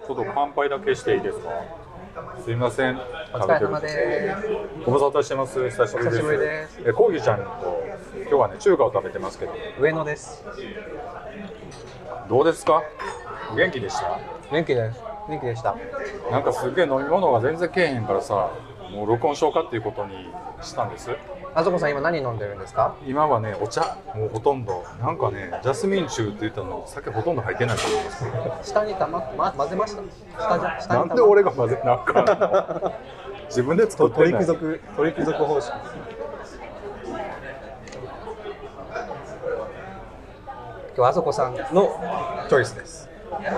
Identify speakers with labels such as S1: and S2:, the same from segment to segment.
S1: ちょっと乾杯だけしていいですか。すいません。
S2: お疲れ様です。
S1: ご無沙汰してます。久しぶりです。
S2: お久しぶりです。
S1: コーギーちゃんと今日はね中華を食べてますけど。
S2: 上野です。
S1: どうですか。元気でした。
S2: 元気です。元気でした。
S1: なんかすげえ飲み物が全然けえへんからさ、もう録音しようかっていうことにしたんです。
S2: あそこさん今何飲んでるんですか。
S1: 今はねお茶、もうほとんどなんかねジャスミン酒って言ったの酒ほとんど入ってないと思います。
S2: 下に混ぜました。下
S1: なんで俺が混ぜなあかんの。自分で作ってない。
S2: 鳥貴族方式。今日はあそこさんのチョイスです。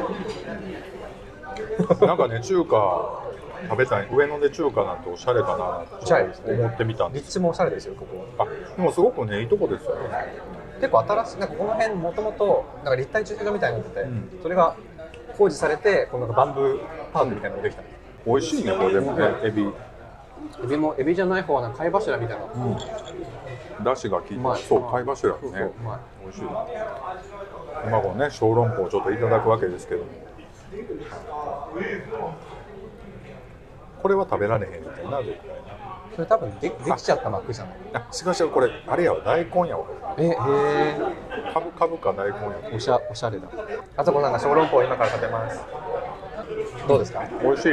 S1: なんかね中華食べたい。上野で中華なんておしゃれかなって思ってみたんです。
S2: 立地もおしゃれですよここ。
S1: あ、でもすごくねいいとこですよね。
S2: 結構新しい。なんかこの辺もともとなんか立体駐車場みたいになってて、それが工事されてこのなんかバンブーパークみたいなのができた。
S1: 美味しいねこれでもね。
S2: エビじゃない方はなんか貝柱みたいな。
S1: だしが効いてる。そう貝柱ね。美味しい。今このね小籠包をちょっといただくわけですけども。これは食べられへんみたいな。
S2: それ多分できちゃった膜じゃない。
S1: あ、違うこれあれやわ大根やわ。株か大根や。
S2: おしゃれだ。あそこさんが小籠包を今から食べます。どうですか。
S1: 美味しい。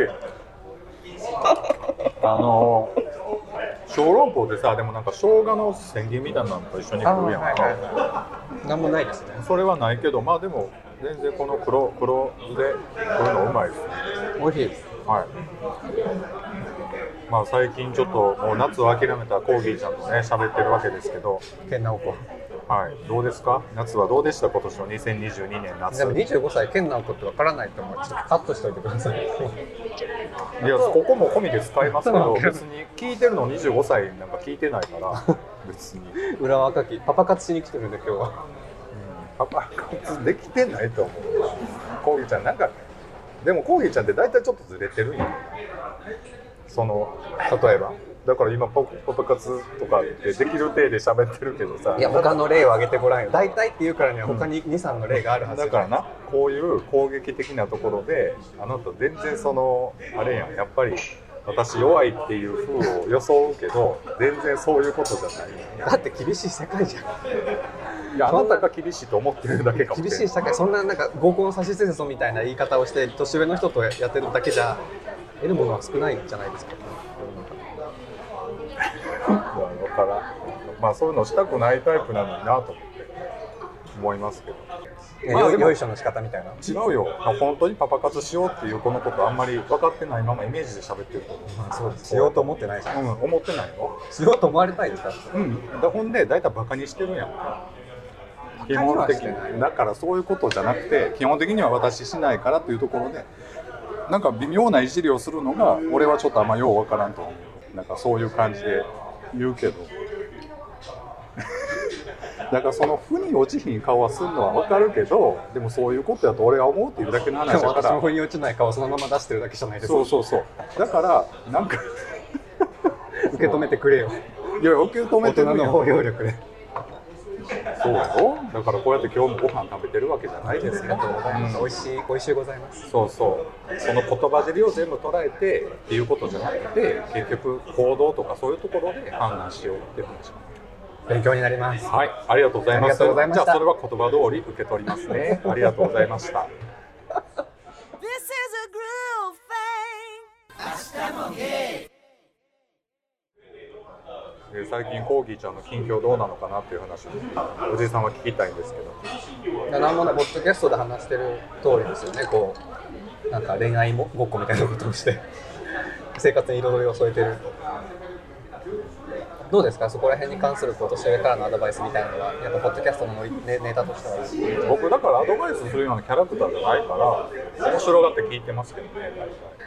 S1: 小籠包ってさ、でもなんか生姜の千切りみたいなのと一緒に食うやんか。
S2: なんもないですね。
S1: それはないけど、まあでも全然この黒酢でこういうのうまいです。
S2: 美味しいです。
S1: はい。まあ最近ちょっともう夏を諦めたコーギーちゃんとね喋ってるわけですけど。
S2: 健直子。
S1: はい。どうですか。夏はどうでした今年の2022年夏。
S2: でも25歳健直子ってわからないと思う。ちょっとカットしておいてください。
S1: いやここも込みで使いますけど、別に聞いてるの25歳なんか聞いてないから別に。
S2: 裏若きパパ活しに来てるんで今日は。
S1: パパ活できてないと思う。コーギーちゃんなんかでもコーギーちゃんって大体ちょっとずれてるんや。その例えばだから今パパ活とかってできる体で喋ってるけどさ。
S2: いや他の例を挙げてごらんよ。大体って言うからには他に 2,3 の例があるはず。
S1: だからなこういう攻撃的なところであなた全然そのあれやんやっぱり。私弱いっていう風を装うけど全然そういうことじゃない。
S2: だって厳しい世界じゃん。
S1: いやあなたが厳しいと思ってるだけかもしれない。
S2: 厳しい社会。そんななんか合コン指し戦争みたいな言い方をして年上の人とやってるだけじゃ得るものは少ないじゃないですか。
S1: だからまあそういうのしたくないタイプなのになと思って思いますけど。
S2: よいしょの仕方みたいな。
S1: 違うよ。本当にパパ活しようっていうこのことあんまり分かってないままイメージで喋ってると思う。
S2: まあそうです。しようと思ってないじゃん。
S1: 思ってないよ。
S2: しようと思われたいですか。
S1: ほんで大体バカにしてるやん。基本的にだからそういうことじゃなくて基本的には私しないからというところでなんか微妙ないじりをするのが俺はちょっとあんまよう分からんと思う。なんかそういう感じで言うけどだからその負に落ちひん顔はするのは分かるけどでもそういうことだと俺が思うっていうだけの話だから。
S2: 私も負に落ちない顔をそのまま出してるだけじゃないですか。
S1: そうだからなんか
S2: 受け止めてくれよ。
S1: いや受け止めてるやん。
S2: 大人の包容力で。
S1: そうやろ。だからこうやって今日もご飯食べてるわけじゃないですか。
S2: 美味しいございます。
S1: そうその言葉尻を全部捉えてっていうことじゃなくて結局行動とかそういうところで判断しようっていう話。
S2: 勉強になります。
S1: はい、ありがとうございます。
S2: じゃあ
S1: それは言葉通り受け取りますね。ありがとうございました。最近コーギーちゃんの近況どうなのかなっていう話をおじいさんは聞きたいんですけど。
S2: なんもない。ポッドキャストで話してる通りですよね。こうなんか恋愛ごっこみたいなことをして生活に彩りを添えてる。どうですか。そこら辺に関する年上からのアドバイスみたいなのはやっぱポッドキャストのネタとしては。
S1: 僕だからアドバイスするようなキャラクターじゃないから面白がって聞いてますけどね。大体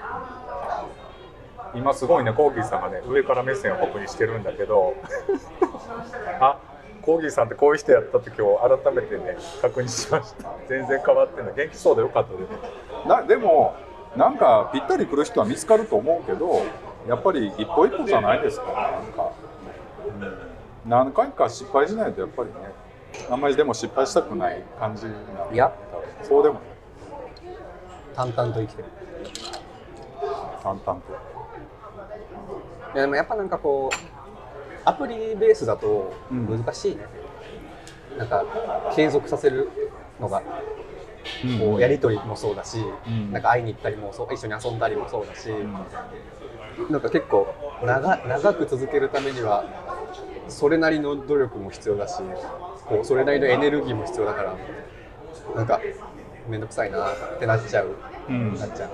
S1: 今すごいねコーギーさんがね上から目線を僕にしてるんだけどあコーギーさんってこういう人やったって今日改めてね確認しました。全然変わってない。元気そうでよかったです。でもなんかぴったり来る人は見つかると思うけどやっぱり一歩一歩じゃないですか。なんか、何回か失敗しないとやっぱりねあんまりでも失敗したくない感じな。
S2: いや
S1: そうでもない。
S2: 淡々と生きてる。
S1: 淡々と。
S2: いやでもやっぱなんかこうアプリベースだと難しいね、なんか継続させるのが、こうやり取りもそうだし、なんか会いに行ったりもそう、一緒に遊んだりもそうだし、なんか結構長く続けるためにはそれなりの努力も必要だし、こうそれなりのエネルギーも必要だから、なんかめんどくさいなってなっちゃう、なっちゃう。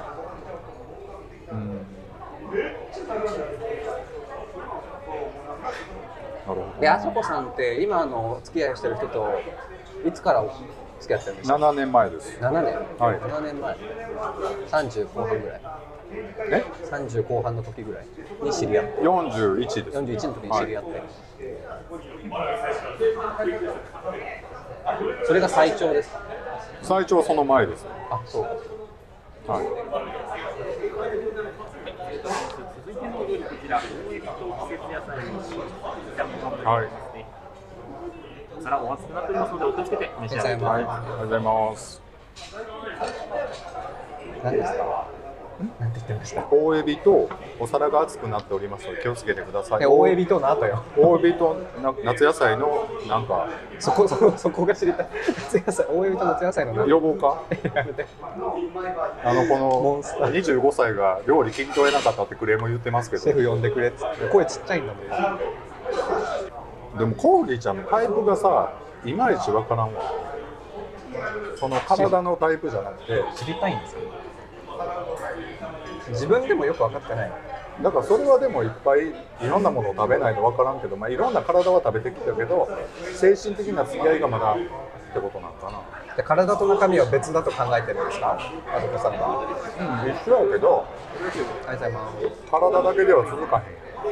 S2: で、あそこさんって今の付き合いしてる人といつから付き合ってるんですか？
S1: 7年前です。
S2: 7年、
S1: はい、
S2: 7年前、30後半ぐらい、30後半の時ぐらいに知り合って、
S1: 41です。
S2: 41の時に知り合って、それが最長ですか？
S1: 最長はその前です。
S2: あ、そう。
S1: はい。
S3: 続いてのお料理、こちら、季節野菜のジャムハンバーグですね。お皿お熱くなっておりますので、お気をつけて召し上がりください。
S1: ありがとうございます。
S2: 何ですか？なんて言ってました？
S1: 大エビとお皿が熱くなっておりますので気をつけてください。
S2: 大エビとの後よ。
S1: 大エビと夏野菜のなんか
S2: そこが知りたい。夏野菜、大エビと夏野菜の
S1: 予防か？
S2: やめて。
S1: この25歳が料理聞き取れなかったってクレーム言ってますけど、
S2: シェフ呼んでくれっつって声ちっちゃいんだもん。
S1: でもコーギーちゃんのタイプがさ、いまいちわからんわ。その体のタイプじゃなくて
S2: 知りたいんですよ。自分でもよく分かってない。
S1: だからそれはでもいっぱいいろんなものを食べないと分からんけど、いろんな体は食べてきたけど精神的な付き合いがまだってことなのかな。
S2: で、体と中身は別だと考えてるんですか、あどこさんは？
S1: 一緒やけど
S2: ありがとうございます。
S1: 体だけでは続かへん。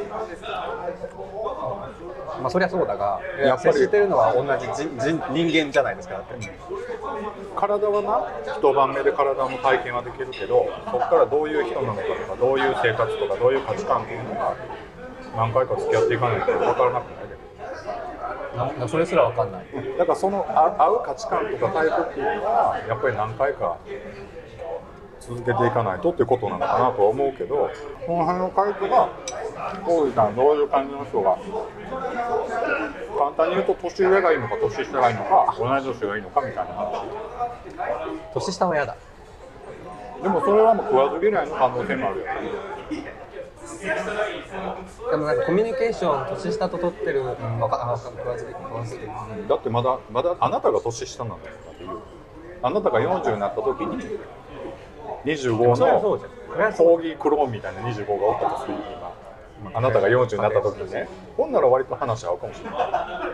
S2: まあそりゃそうだが、
S1: やっぱり
S2: 接してるのは同じ人間じゃないですか。だって、
S1: 体はな、一晩目で体の体験はできるけど、そこからどういう人なのかとか、どういう生活とか、どういう価値観っていうのが何回か付き合っていかないと分からなくないで。
S2: それすら分かんない。
S1: だからその合う価値観とかタイプっていうのはやっぱり何回か続けていかないとっていうことなのかなとは思うけど、この辺のタイプが大井さんどういう感じの人が、簡単に言うと年上がいいのか年下がいいのか同じ年がいいのかみたいな話。
S2: 年下は嫌だ。
S1: でもそれはもう食わず嫌いの可能性もあるよ。
S2: でもなんかコミュニケーション年下と取ってる、食わず
S1: だってまだあなたが年下なんだよっていう。あなたが40になった時に25のコーギークローンみたいな25がおったとする今、あなたが40になった時にね、ほんなら割と話合うかもしれない。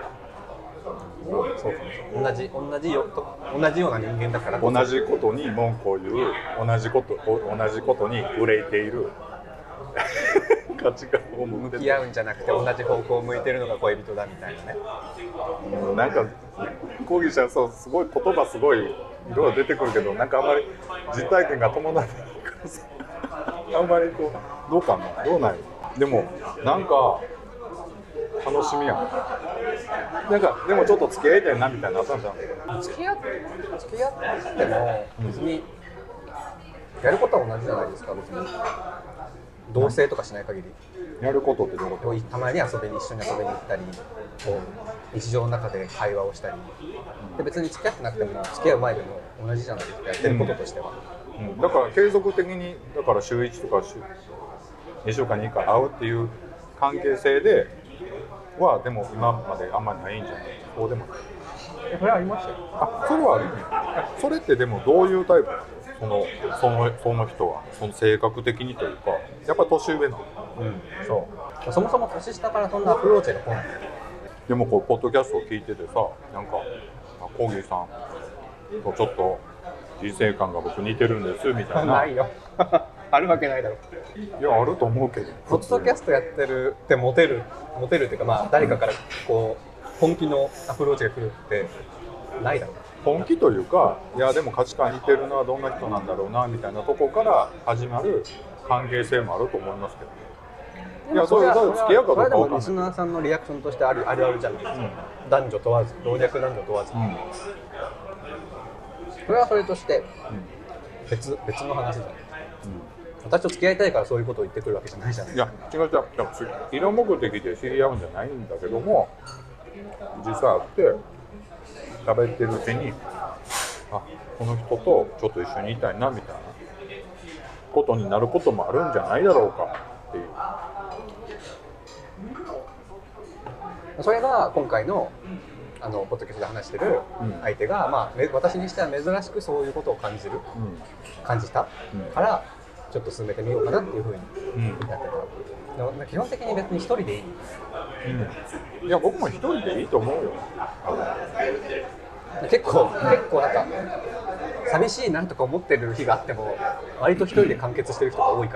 S2: そう同じような人間だから。
S1: 同じことに文句を言う、同じことに憂いている価値観を
S2: 向き合うんじゃなくて同じ方向を向いてるのが恋人だみたいなね。
S1: なんかコーギーちゃんそうすごい言葉すごいいろいろ出てくるけど、なんかあんまり実体験が伴ってないからさ、あんまりこうどうかな、どうない。でもなんか楽しみやん。なんかでもちょっと付き合いたいなみたいなのあったんじゃん。
S2: 付き合っても別にやることは同じじゃないですか。別に同棲とかしない限り。
S1: やることってどういうこ
S2: たまに一緒に遊びに行ったり、こう日常の中で会話をしたり、で別に付き合ってなくても付き合う前でも同じじゃないですか、やってることとしては。
S1: だから継続的にだから週1とか2週間に1回会うっていう関係性ではでも今まであんまりないんじゃない。そうでもない。
S2: それはありましたよ。
S1: あ、それはあるね。それってでもどういうタイプなの？その人はその性格的にというか、やっぱ年上なの？
S2: そう。そもそも年下からそんなアプローチが来ない。
S1: でもこうポッドキャストを聞いててさ、なんかコーギーさんとちょっと人生観が僕似てるんですみたいな。
S2: ないよ。あるわけないだろ。
S1: いやあると思うけど。
S2: ポッドキャストやってるってモテるっていうか、まあ誰かからこう本気のアプローチが来るってないだろう。
S1: 本気というか、いやでも価値観似てるのはどんな人なんだろうなみたいなとこから始まる関係性もあると思いますけどね。いやそういう付き合うかどうか分かんない。それでも
S2: リスナーさんのリアクションとしてあるじゃないですか。男女問わず、老若男女問わず。それはそれとして、 別の話じゃない。私と付き合いたいからそういうことを言ってくるわけじゃないじゃない。
S1: いや違う色目的で知り合うんじゃないんだけども、実際会って食べてるうちに、あ、この人とちょっと一緒にいたいなみたいなことになることもあるんじゃないだろうかっていう。
S2: それが今回のポッドキャストで話してる相手が、まあ、私にしては珍しくそういうことを感じたから、ちょっと進めてみようかなっていうふうにやってた。基本的に別に一人でいい。
S1: いや僕も一人でいいと思うよ。
S2: 結構なんか寂しいなとか思ってる日があっても割と一人で完結してる人が多いから、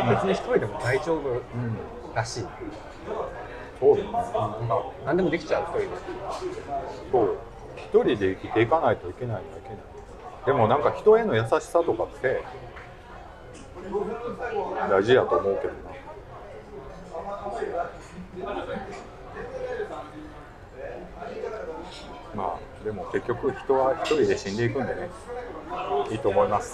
S2: 別に一人でも大丈夫らしい。
S1: そうだね。
S2: 何でもできちゃう一人で。
S1: そう一人で生きていかないといけないのはいけない。でもなんか人への優しさとかって大事やと思うけどな。まあでも結局人は一人で死んでいくんでね、いいと思います。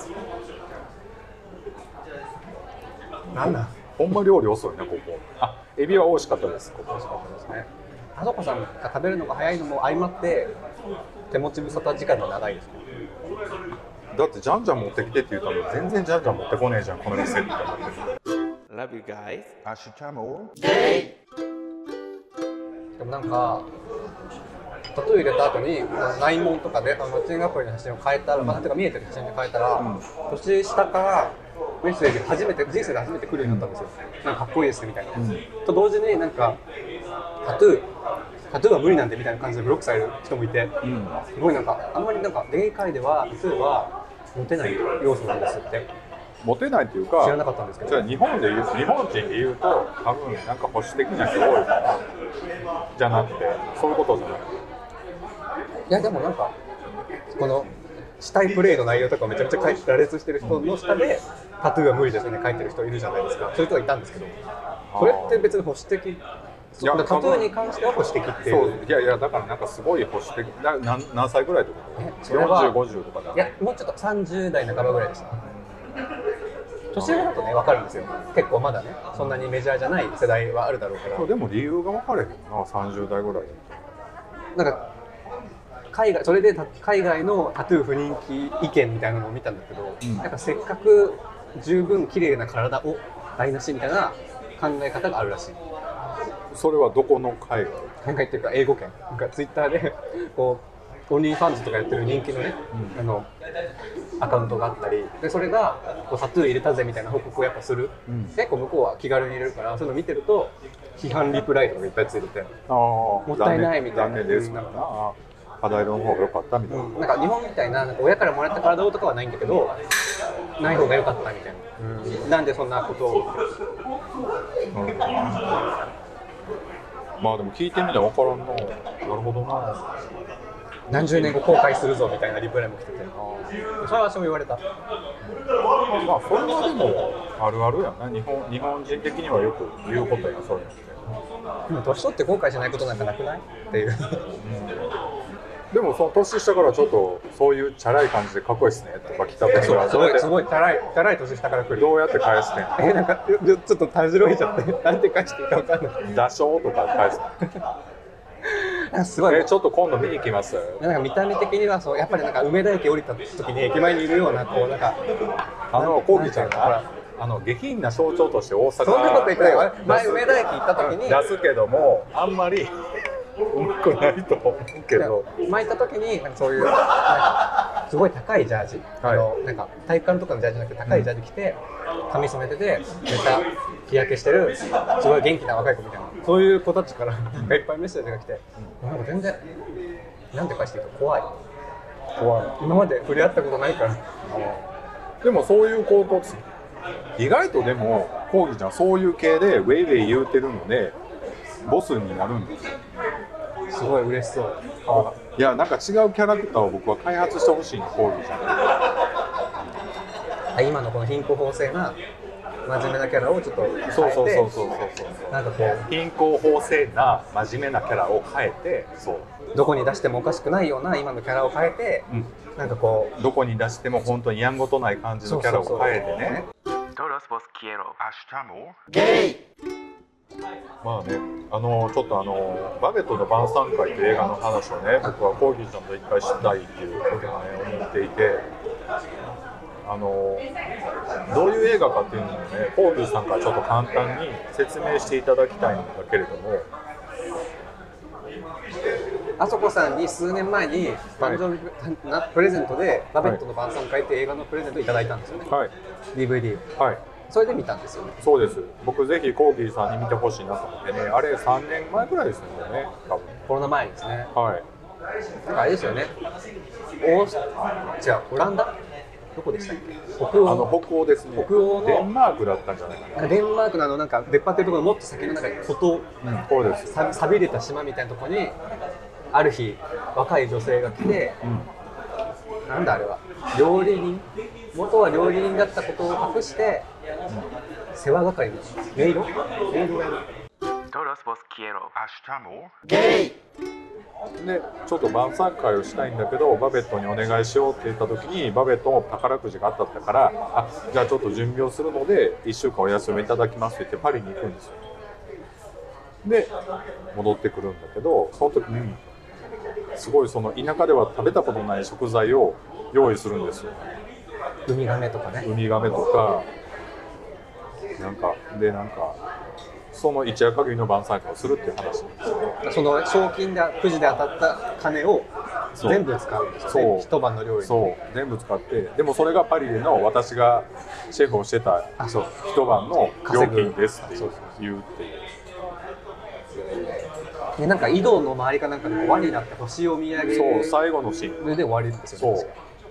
S2: なんだ
S1: ほんま料理遅いねここ。あ、エビは美味しかったです。ここ
S2: 美味しかったですね。あそこさんが食べるのが早いのも相まって手持ち無沙汰時間が長いですね。
S1: だってじゃんじゃん持ってきてって言ったのに全然じゃんじゃん持ってこねえじゃんこの店って思ってる。
S4: Love you guys.
S2: でもなんかタトゥー入れた後に内門とかでマッチングアプリの写真を変えたら、まあ、てか見えてる写真で変えたら、年下からメッセージが人生で初めて来るようになったんですよ。なんかかっこいいですねみたいな、と同時になんかタトゥーは無理なんでみたいな感じでブロックされる人もいて、すごいなんかあんまりなんかゲイ界ではタトゥーはモテない要素なんですって
S1: モテないっていうか
S2: 知らなかったんですけど、
S1: 日本人で言うと多分なんか保守的な人多いからじゃなくてそういうことじゃなくて、
S2: いやでもなんかこの死体プレイの内容とかめちゃめちゃ羅列してる人の下でタトゥーは無理ですよね書いてる人いるじゃないですか。そういう人がいたんですけど、それって別に保守的、タトゥーに関しては保守的っていう。
S1: そういやだからなんかすごい保守的何歳ぐらいってこと？
S2: それは
S1: 40、50とかだ。
S2: いやもうちょっと30代半ばぐらいでした。年上だとね分かるんですよ。結構まだねそんなにメジャーじゃない世代はあるだろうから。
S1: そうでも理由が分かれへんな30代ぐらい。
S2: なんかそれで海外のタトゥー不人気意見みたいなのを見たんだけど、なんかせっかく十分綺麗な体を台無しみたいな考え方があるらしい。
S1: それはどこの海
S2: 海外っていうか英語圏なんかツイッターでこうオンリーファンズとかやってる人気のね、アカウントがあったりで、それがこうタトゥー入れたぜみたいな報告をやっぱする、結構向こうは気軽に入れるから、そういうの見てると批判リプライとかいっぱいついてて、もったいないみたいな、
S1: 残念ですみたいな、肌色の方が良かったみたいな、
S2: なんか日本みたい なんか親からもらった体とかはないんだけどない方が良かったみたいな、なんでそんなことを、
S1: まあでも聞いてみたら分からんな。なるほどな。
S2: 何十年後後悔するぞみたいなリプライも来てて、それはそう言われた。
S1: まあそれはでもあるあるやな。日本人的にはよく言うことやそういうのって。
S2: でも年取って後悔しないことなんかなくないっていう、
S1: でもその年下からちょっとそういうチャラい感じでかっこいいっすねとか来た時は
S2: すごいチャラい年下から来る。
S1: どうやって返すねん。
S2: なんかちょっとたじろいちゃってなんて返していいか分かんない。
S1: 打賞とか返す
S2: すごい、
S1: ちょっと今度見に来ます。
S2: なんか見た目的にはそうやっぱりなんか梅田駅降りた時に駅前にいるようなこうなんか
S1: コウキちゃんが下品な象徴として大阪
S2: そんなこと言ってないよ。前梅田駅行った時に
S1: 出すけどもあんまりうまくないと思うけど、
S2: 前行った時になんかそういうなんかすごい高いジャージ、なんか体育館とかのジャージじゃなくて高いジャージ着て、髪染めててめっちゃ日焼けしてるすごい元気な若い子みたいな、そういう子たちからいっぱいメッセージが来て、なんか全然なんて返していいか怖い。今まで触れ合ったことないから。
S1: でもそういう子と意外とでもコウキちゃんそういう系でウェイウェイ言うてるのでボスになるんですよ。
S2: すごい嬉しそう。
S1: いやなんか違うキャラクターを僕は開発してほしいのコウキちゃん。
S2: 今のこの貧困法制な真面目なキャラをちょっと変えて、
S1: そう
S2: なんかこう
S1: 貧困法制な真面目なキャラを変えて、そう
S2: どこに出してもおかしくないような今のキャラを変えて、 なんかこ
S1: どこに出しても本当にやんごとない感じのキャラを変えてね。
S2: ゲイ。
S1: まあね、ちょっとバベットの晩餐会という映画の話をね、僕はコーギーちゃんと一回したいっていうことをね、思っていて、どういう映画かっていうのをね、コーギーさんからちょっと簡単に説明していただきたいんだけれども、
S2: あそこさんに数年前に誕生日プレゼントでバベットの晩餐会っていう映画のプレゼントをいただいたんですよね、
S1: はい、
S2: DVD を。
S1: はい、
S2: それで見たんですよね。
S1: そうです。僕ぜひコーギーさんに見てほしいなと思ってね、あれ3年前くらいですよね、多分。
S2: コロナ前ですね。
S1: はい。
S2: なんかあれですよね。オランダ？どこでしたっけ？北欧。
S1: 北欧ですね。
S2: 北欧の
S1: デンマークだったんじゃないかな。
S2: デンマークのなんか出っ張ってるところのもっと先のなんか
S1: そうです。
S2: 寂れた島みたいなところにある日若い女性が来て、なんだあれは料理人、元は料理人だったことを隠して、世話係のメイドをやる。ゲイ。
S1: でちょっと晩餐会をしたいんだけどバベットにお願いしようって言った時にバベットも宝くじが当たったからじゃあちょっと準備をするので1週間お休みいただきますって言ってパリに行くんですよ。で戻ってくるんだけどその時にすごいその田舎では食べたことない食材を用意するんですよ。
S2: ウミガメとかね。
S1: ウミガメとかなんかその一夜限りの晩餐会をするっていう話なんですよ。
S2: その賞金でくじで当たった金を全部使うんですよね。一晩の料理に。
S1: そう全部使って、でもそれがパリでの私がシェフをしてた一晩の料金ですって言うっていう。
S2: でなんか井戸の周りかなんかで輪になって星を見上げる。
S1: そう最後のシーン
S2: で終わりですよね。そう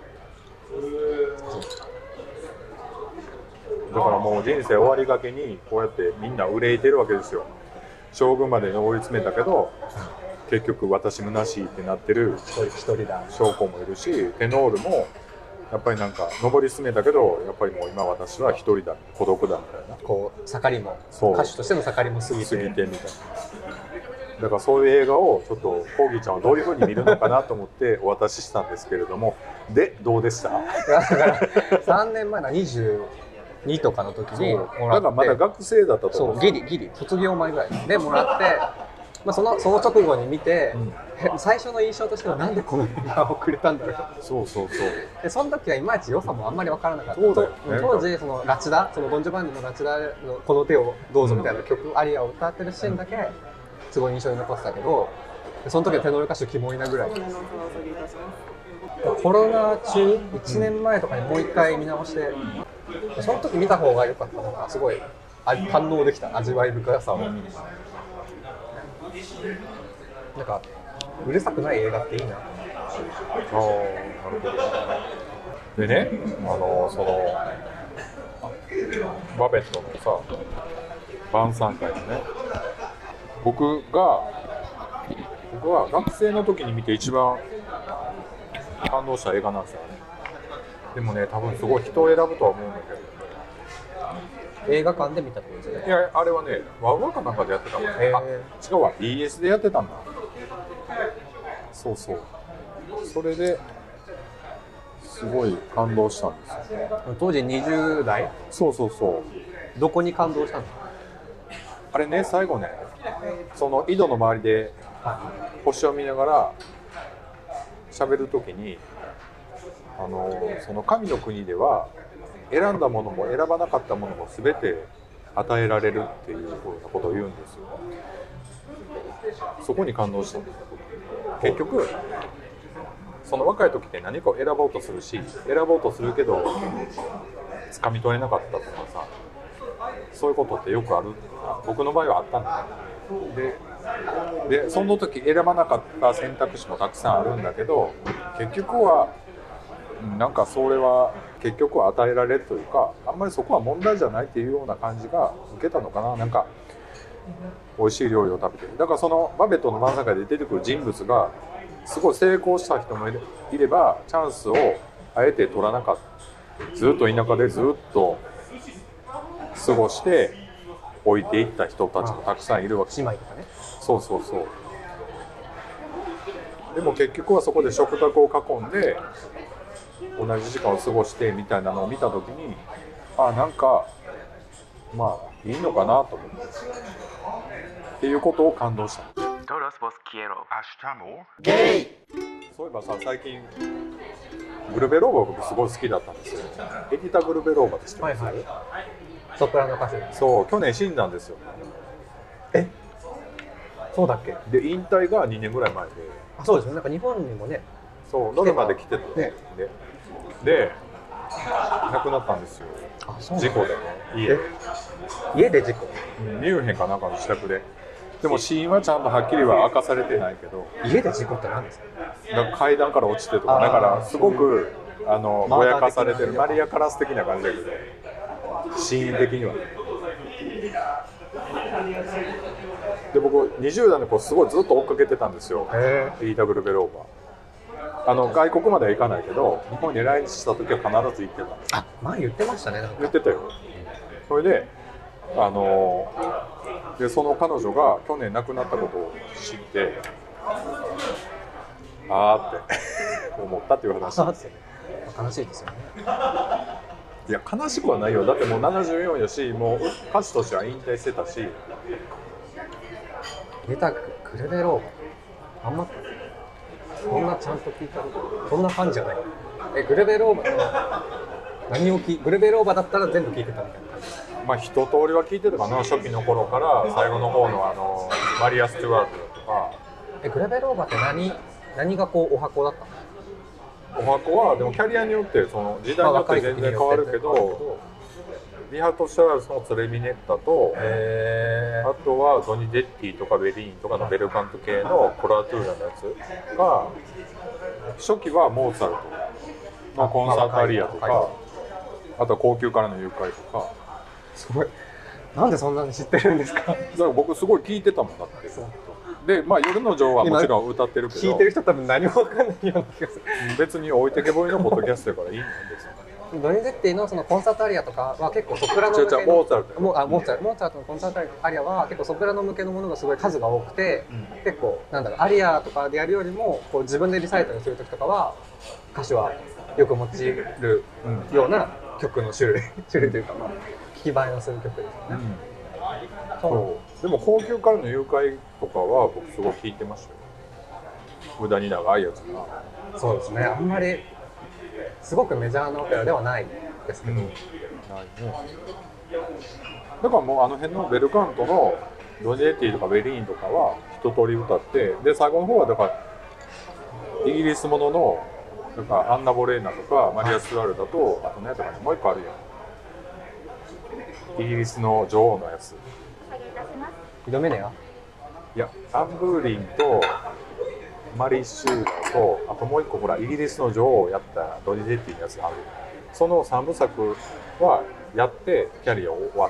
S1: だからもう人生終わりがけにこうやってみんな憂いてるわけですよ。将軍まで追い詰めたけど結局私虚しいってなってる
S2: 一人だ
S1: 将校もいるし、テノールもやっぱりなんか上り進めたけどやっぱりもう今私は一人だ孤独だみたいな、
S2: こう盛りも歌手としての盛りも過ぎて
S1: みたいな。だからそういう映画をちょっとコーギーちゃんはどういう風に見るのかなと思ってお渡ししたんですけれども、でどうでした？
S2: だから3年前の22とかの時にもらって、
S1: だからまだ学生だったと思う。
S2: そうギリ卒業前ぐらいでもらって、まあ、その直後に見て、最初の印象としてはなんでこの映画をくれたんだろう。
S1: そう
S2: でその時はいまいち良さもあんまり分からなかった。
S1: そうだよね、
S2: 当時そのラチダ、そのボンジョバンディのラチダのこの手をどうぞみたいな曲アリアを歌ってるシーンだけすごい印象に残ってたけど、その時はテノール歌手キモいなぐらい。コロナ中1年前とかにもう一回見直して、その時見た方が良かったのがすごい堪能できた、味わい深さを。なんかうるさくない映画っていいな。なる
S1: ほど。でね、そのバベットのさ晩餐会のね、僕は学生の時に見て一番感動した映画なんですよね。でもね、多分すごい人を選ぶとは思うんだけ
S2: ど。映画館で見たってことですね。
S1: いや、あれはね、ワウワウかなんかでやってたもんね。違うわ、BS でやってたんだ。そう。それですごい感動したんですよ。
S2: 当時20代？
S1: そう。
S2: どこに感動したの？
S1: あれね、最後ね、その井戸の周りで星を見ながら喋るときに、その神の国では選んだものも選ばなかったものも全て与えられるっていうことを言うんですよ。そこに感動したんです。結局その若い時って何かを選ぼうとするし、選ぼうとするけど掴み取れなかったとかさ、そういうことってよくある。僕の場合はあったんだでその時選ばなかった選択肢もたくさんあるんだけど、結局はなんかそれは結局は与えられるというか、あんまりそこは問題じゃないっていうような感じが受けたのかな。なんか美味しい料理を食べてる。だからそのバベットの晩餐会で出てくる人物がすごい成功した人もいれば、チャンスをあえて取らなかった、ずっと田舎でずっと過ごして置いていった人たちもたくさんいるわけ。
S2: 姉妹とかね。
S1: そう。でも結局はそこで食卓を囲んで同じ時間を過ごしてみたいなのを見たときに、あ、なんかまあいいのかなと思ってっていうことを感動した。そういえばさ、最近グルベローバ僕すごい好きだったんですよ。エディタ・グルベローバって知ってます？
S2: はいはい、ソプラノ歌手。
S1: そう去年死んだんですよ。
S2: え、そうだっけ？
S1: で引退が2年ぐらい前で。
S2: あ、そうですね。なんか日本にもね、
S1: そうノルマで来てたね。で亡くなったんですよ。
S2: あ、そう
S1: 事故でね。
S2: 家で事故？
S1: ミュンヘンかなんかの自宅で。でも死因はちゃんとはっきりは明かされてないけど。
S2: 家で事故って何ですか？
S1: なんか階段から落ちてとか、だからすごくぼやかされてるマリア・カラス的な感じだけど、死因的には。で僕20代の子すごいずっと追っかけてたんですよ。エディタ・グルベローバ。外国までは行かないけど日本に来日した時は必ず行ってた。
S2: あ、前言ってましたね。なんか
S1: 言ってたよ。それででその彼女が去年亡くなったことを知ってあーって思ったっていう話なんですよね。
S2: 悲しいですよね。
S1: いや悲しくはないよ。だってもう74やし、もう歌手としては引退してたし。
S2: 出たグルベローバ、あんまそんなちゃんと聞いたこと、そんなファンじゃない。グルベローバの何をグルベローバだったら全部聞いてたみたいな感じ。
S1: まあ一通りは聞いてたかな。初期の頃から最後の方のマリア・スチュワートとか。
S2: グルベローバって何がこうお箱だったの？
S1: お箱はでもキャリアによってその時代によって全然変わるけど、リハとしてはそのツレミネッタと、あとはドニ・デッティとかベリーンとかのベルカント系のコラトゥーラのやつが、初期はモーツァルトのコンサートアリアとか、あとは高級からの誘拐とか。
S2: すごい。なんでそんなに知ってるんですか？だ
S1: から僕すごい聞いてたもんだって。で、まあ夜の女王はもちろん歌ってるけど、
S2: 聞いてる人多分何も分かんないような気がする。
S1: 別に置いてけぼりのポッドキャストだからいいんですよね。
S2: ドニゼッティのそのコンサートアリアとかは結構ソプラノ向けの
S1: モーツァルト
S2: モーツァルトのコンサートアリアは結構ソプラノ向けのものがすごい数が多くて、結構なんだろう、アリアとかでやるよりもこう自分でリサイタルする時とかは歌手はよく用いるような曲の種類というか、まあ聞き映えのする曲ですよね。
S1: そうでも高級からの誘拐とかは僕すごい聞いてましたよ。無駄に長いやつが。
S2: そうですね。あんまりすごくメジャーなオペラではないですけど、ないね。
S1: だからもうあの辺のベルカントのドニエッティとかベリーンとかは一通り歌って、で最後の方はだからイギリスもののなんかアンナ・ボレーナとかマリア・スチュワルダと、あとねとかね、もう一個あるやん。イギリスの女王のやつ。
S2: イドメネア？
S1: いや、アンブーリンとマリー・シューラーと、あともう一個ほらイギリスの女王をやったドニデッティのやつがある。その3部作はやってキャリアを終わった。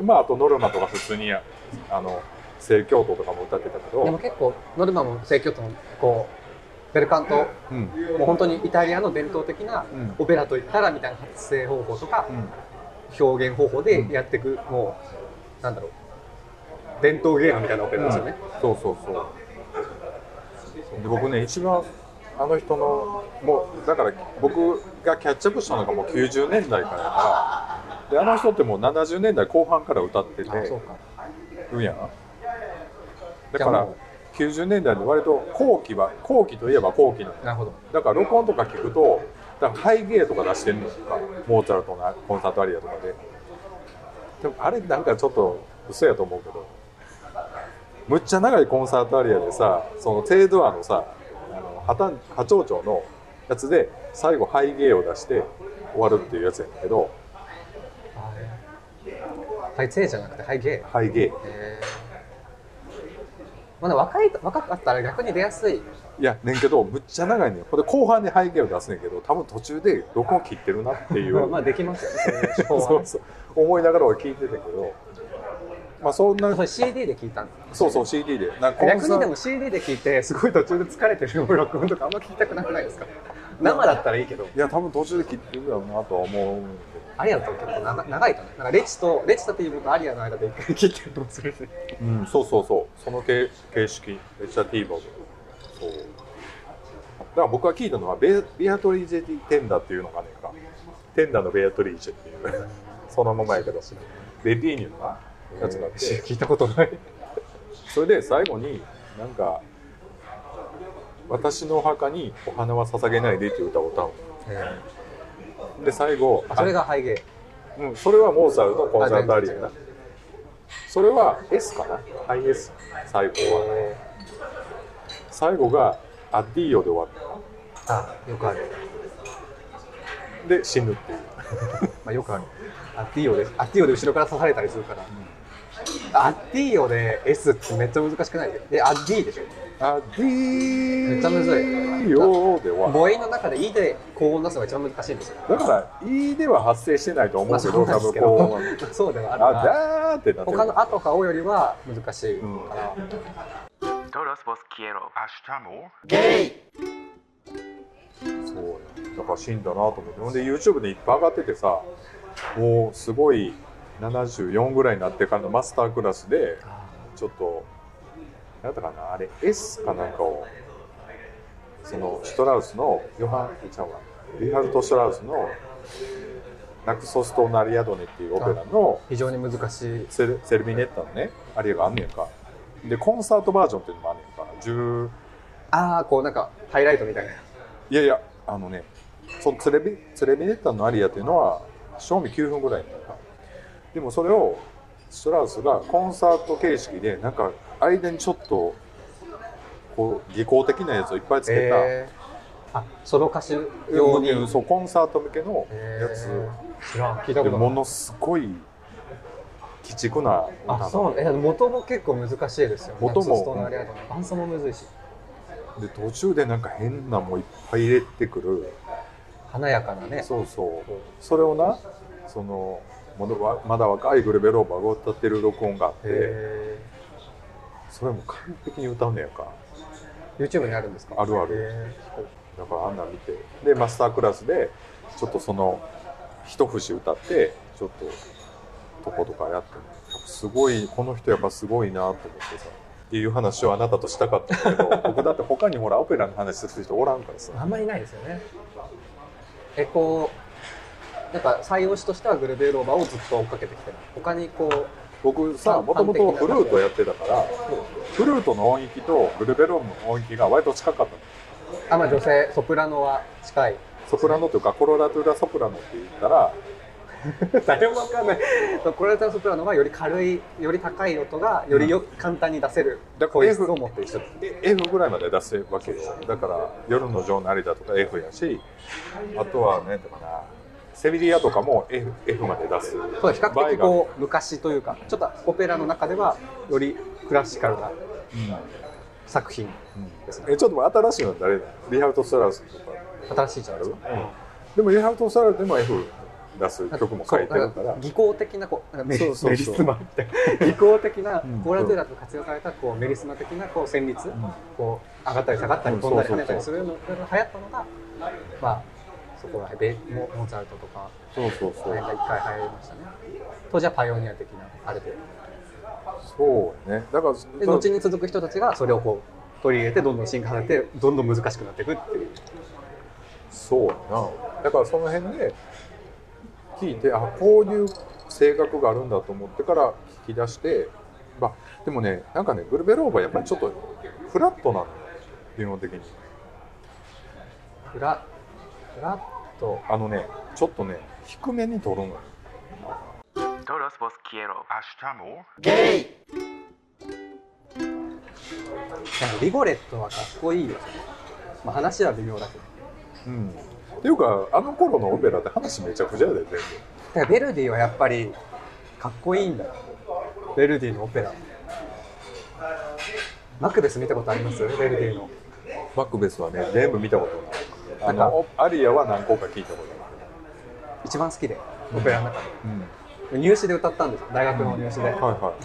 S1: まああとノルマとか普通に正教徒とかも歌ってたけど。
S2: でも結構ノルマも正教徒のこうベルカント、もう本当にイタリアの伝統的なオペラといったらみたいな発声方法とか、表現方法でやっていく、もうなんだろう、伝統芸能みたいなオペラですよね。
S1: そうそうそう。で僕ね、一番あの人のもうだから僕がキャッチアップしたのがもう90年代からやから、であの人ってもう70年代後半から歌ってて、やん。だから90年代で割と後期といえば後期なの。
S2: なるほど。
S1: だから録音とか聞くと、だからハイゲーとか出してるのとか、モーツァルトのコンサートアリアとかで。でもあれなんかちょっと嘘やと思うけど、むっちゃ長いコンサートアリアでさ、そのテードアのさ、波長長のやつで最後ハイゲーを出して終わるっていうやつやんだけど、
S2: ハイツェじゃなくてハイゲー。
S1: ハイゲー。
S2: まだ若かったら逆に出やすい。
S1: いやねんけどむっちゃ長いねん。これ後半にハイゲーを出すねんけど、多分途中で録音切ってるなっていう
S2: まあできますよね。
S1: そうそう思いながら俺聞いてたけど、まあそんな。
S2: それ CD で聞いたんです。
S1: そうそう CD で。
S2: 逆にでも CD で聞いてすごい途中で疲れてる録音とかあんま聞きたくなくないですか？生だったらいいけど。
S1: いや多分途中で切ってるだろうなとは思うんだけど。
S2: アリアだと結構長いとね。なんかレチタティブとアリアの間で一回切ってるとするし。
S1: うん、そうそうそう。その形式レチタティーボ。そう。 から僕が聞いたのはベアトリージェ・テンダっていうのがねテンダのベアトリージェっていうそのままやけどレディーニュのやつがあって
S2: 聞いたことない。
S1: それで最後になんか私のお墓にお花は捧げないでっていう歌を歌うので最後
S2: それがハイゲ
S1: うん、それはモーツァルトコンサートアリアだ。それは S かな、ハイ S 最後は。最後がアッディーヨで終わっ
S2: あ、よくある。
S1: た。で死ぬっていう。
S2: まあよくある。アッディーヨで後ろから刺されたりするから。アッディーヨで S ってめっちゃ難しくない？アッディーでしょ。
S1: アッディ
S2: めっちゃむずい。
S1: ーヨで終わる。
S2: 母音の中で E で高音出すのが一番難しいんですよ。
S1: だから E では発生してないと思うけど、
S2: まあそうなんですけど
S1: 多分こう
S2: そうではある
S1: あ
S2: が、
S1: だーってなってる。
S2: 他のあとかおよりは難しいから。ゲイ。
S1: そうや。だから死んだなと思って。ほんで YouTube でいっぱい上がっててさ、もうすごい74ぐらいになってからのマスタークラスでちょっとなんだったかな、あれ S かなんかをそのシュトラウスのリハルト・シュトラウスのナクソスト・ナリアドネっていうオペラの
S2: 非常に難しい
S1: セルビネッタのねアリアがあんねんか。でコンサートバージョンっていうのもあんねんか。
S2: こうなんかハイライトみたいな。
S1: いやそのセレビネッタのアリアっていうのは賞味9分ぐらいなんか。でもそれをシュトラウスがコンサート形式でなんか間にちょっとこう技巧的なやつをいっぱいつけた、
S2: ソロ歌手用に
S1: そうコンサート向けのやつ、
S2: 知らん、聞いたことない。
S1: ものすごい鬼畜な歌
S2: 元も結構難しいですよ。
S1: 元も
S2: 伴奏もむずいし、
S1: で途中でなんか変なもいっぱい入れてくる
S2: 華やかなね。
S1: そうそれをなそのまだ若いグルベローバーが歌ってる録音があってそれも完璧に歌うねやんか。
S2: YouTube にあるんですか？
S1: あるある。だからあんなん見てでマスタークラスでちょっとその一節歌ってちょっととことかやってすごいこの人やっぱすごいなと思ってさっていう話をあなたとしたかったんだけど僕だって他にほらオペラの話する人おらんからさ。
S2: あんまりないですよね。なんか採用詞としてはグルベローバをずっと追っかけてきてる。他に
S1: 僕さもともとフルートやってたからフルートの音域とグルベローバの音域が割と近かったの。
S2: 女性ソプラノは近い。
S1: ソプラノというかコロラトゥラソプラノって言ったら
S2: 誰もわかんない。コロラトゥラソプラノはより軽いより高い音がより簡単に出せる声質を持っている人。
S1: F ぐらいまで出せるわけよ。だから夜の女王の有田とか F やし、あとは何とかなセビリアとかも F まで出す。
S2: そう比較的昔というかちょっとオペラの中ではよりクラシカルな作品ですね。
S1: ちょっと新しいのは誰だ？リハルト・ストラウスとか
S2: 新しいじゃないですか。
S1: でもリハルト・ストラウスでも F 出す曲も書いてるから
S2: 技巧的なメリスマみたいな技巧的なコーラトゥーラと活用されたメリスマ的な旋律上がったり下がったり飛んだり跳ねたりするのが流行ったのがそこら辺でモーツァルトとかが一回流行りましたね。当時はパイオニア的なあれで
S1: そうね。だから
S2: で後に続く人たちがそれを取り入れてどんどん進化されてどんどん難しくなっていくっていう。
S1: そうやな。だからその辺で聞いてこういう性格があるんだと思ってから聞き出して、でもねなんかねグルベローバやっぱりちょっとフラットなのよ基本的に。
S2: フラット
S1: ちょっとね低めに取るのよ。
S2: ゲイ。リゴレットはかっこいいよ。話は微妙だけど。
S1: っていうかあの頃のオペラって話めちゃくちゃやで全部。
S2: だからベルディはやっぱりかっこいいんだよ。ベルディのオペラ。マクベス見たことあります？ベルディの。
S1: マクベスはね全部見たことない。アリアは何個か聞いたことある。
S2: 一番好きでオペラの中で、入試で歌ったんですよ。大学の入試で。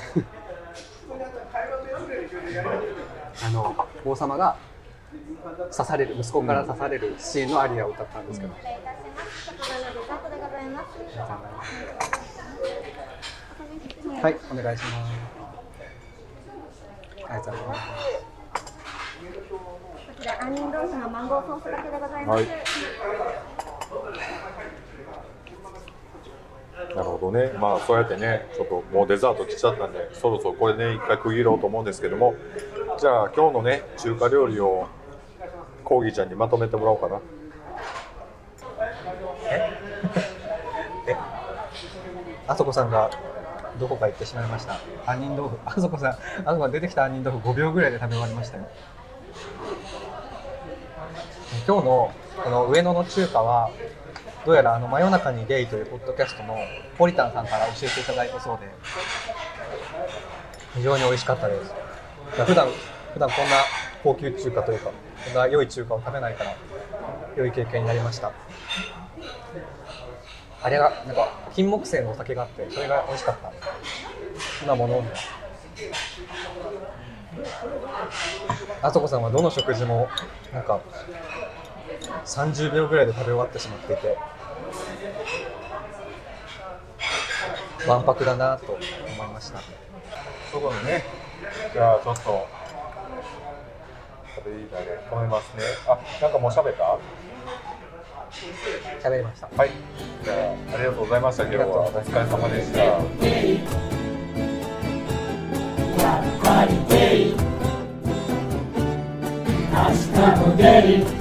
S2: 王様が刺される息子から刺されるシーンのアリアを歌ったんですけど。はい、お願いします。ありがとうございます。こち
S4: ちら杏仁豆腐のマンゴーソースがけでございます。
S1: はい。なるほどね。まあそうやってね、ちょっともうデザート来ちゃったんで、そろそろこれで一回区切ろうと思うんですけども、じゃあ今日のね中華料理をコーギーちゃんにまとめてもらおうかな。
S2: あそこさんがどこか行ってしまいました。杏仁豆腐、あそこさん、あそこが出てきた杏仁豆腐5秒ぐらいで食べ終わりましたよ。今日のこの上野の中華はどうやら真夜中にゲイというポッドキャストのポリタンさんから教えていただいたそうで、非常に美味しかったです。普段こんな高級中華というか、こんな良い中華を食べないから良い経験になりました。あれがなんか金木犀のお酒があって、それが美味しかった。今も飲んで。あそこさんはどの食事もなんか30秒ぐらいで食べ終わってしまっていて、わんぱくだなと思いました。
S1: そこでね、じゃあちょっと食べりたいね、止めますね。あ、なんかもう喋った？
S2: 喋りました。
S1: はい。じゃあありがとうございました。今日はお疲れ様でした。やっぱりゲイ。明日もゲイ。